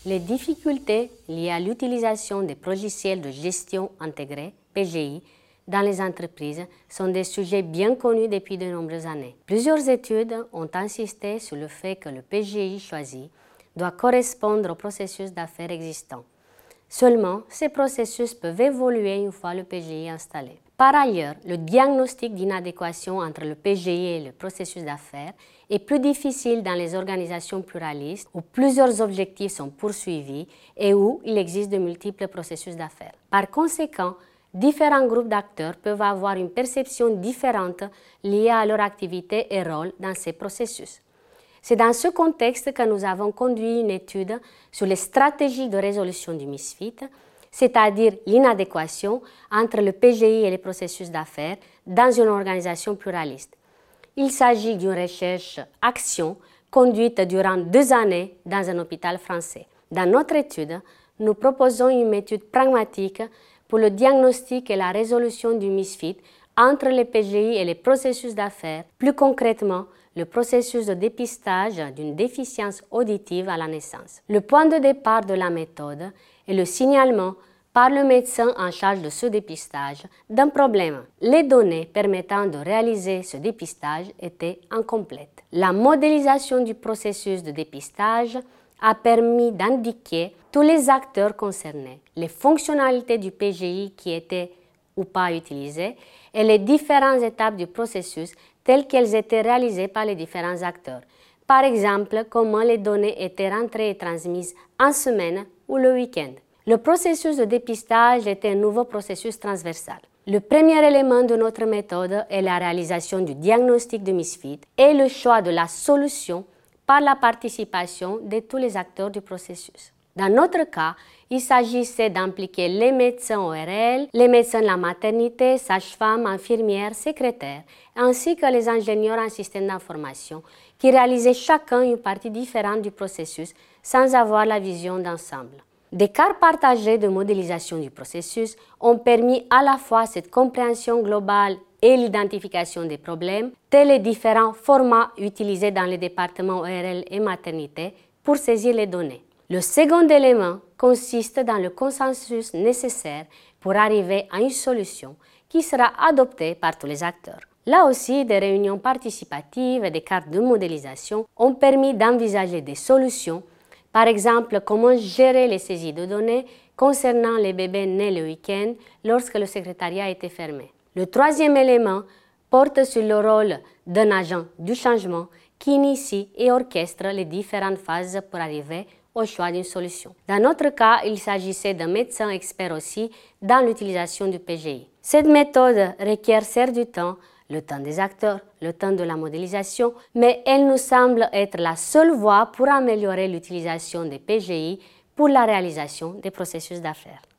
Les difficultés liées à l'utilisation des logiciels de gestion intégrée, PGI, dans les entreprises sont des sujets bien connus depuis de nombreuses années. Plusieurs études ont insisté sur le fait que le PGI choisi doit correspondre au processus d'affaires existant. Seulement, ces processus peuvent évoluer une fois le PGI installé. Par ailleurs, le diagnostic d'inadéquation entre le PGI et le processus d'affaires est plus difficile dans les organisations pluralistes où plusieurs objectifs sont poursuivis et où il existe de multiples processus d'affaires. Par conséquent, différents groupes d'acteurs peuvent avoir une perception différente liée à leur activité et rôle dans ces processus. C'est dans ce contexte que nous avons conduit une étude sur les stratégies de résolution du misfit, c'est-à-dire l'inadéquation entre le PGI et les processus d'affaires dans une organisation pluraliste. Il s'agit d'une recherche-action conduite durant 2 années dans un hôpital français. Dans notre étude, nous proposons une méthode pragmatique pour le diagnostic et la résolution du misfit entre les PGI et les processus d'affaires, plus concrètement, le processus de dépistage d'une déficience auditive à la naissance. Le point de départ de la méthode est le signalement par le médecin en charge de ce dépistage d'un problème. Les données permettant de réaliser ce dépistage étaient incomplètes. La modélisation du processus de dépistage a permis d'indiquer tous les acteurs concernés, les fonctionnalités du PGI qui étaient ou pas utilisées et les différentes étapes du processus telles qu'elles étaient réalisées par les différents acteurs. Par exemple, comment les données étaient rentrées et transmises en semaine ou le week-end. Le processus de dépistage est un nouveau processus transversal. Le premier élément de notre méthode est la réalisation du diagnostic de misfit et le choix de la solution par la participation de tous les acteurs du processus. Dans notre cas, il s'agissait d'impliquer les médecins ORL, les médecins de la maternité, sages-femmes, infirmières, secrétaires, ainsi que les ingénieurs en système d'information qui réalisaient chacun une partie différente du processus sans avoir la vision d'ensemble. Des cas partagés de modélisation du processus ont permis à la fois cette compréhension globale et l'identification des problèmes, tels les différents formats utilisés dans les départements ORL et maternité pour saisir les données. Le second élément consiste dans le consensus nécessaire pour arriver à une solution qui sera adoptée par tous les acteurs. Là aussi, des réunions participatives et des cartes de modélisation ont permis d'envisager des solutions, par exemple comment gérer les saisies de données concernant les bébés nés le week-end lorsque le secrétariat était fermé. Le troisième élément porte sur le rôle d'un agent du changement qui initie et orchestre les différentes phases pour arriver au choix d'une solution. Dans notre cas, il s'agissait d'un médecin expert aussi dans l'utilisation du PGI. Cette méthode requiert certes du temps, le temps des acteurs, le temps de la modélisation, mais elle nous semble être la seule voie pour améliorer l'utilisation des PGI pour la réalisation des processus d'affaires.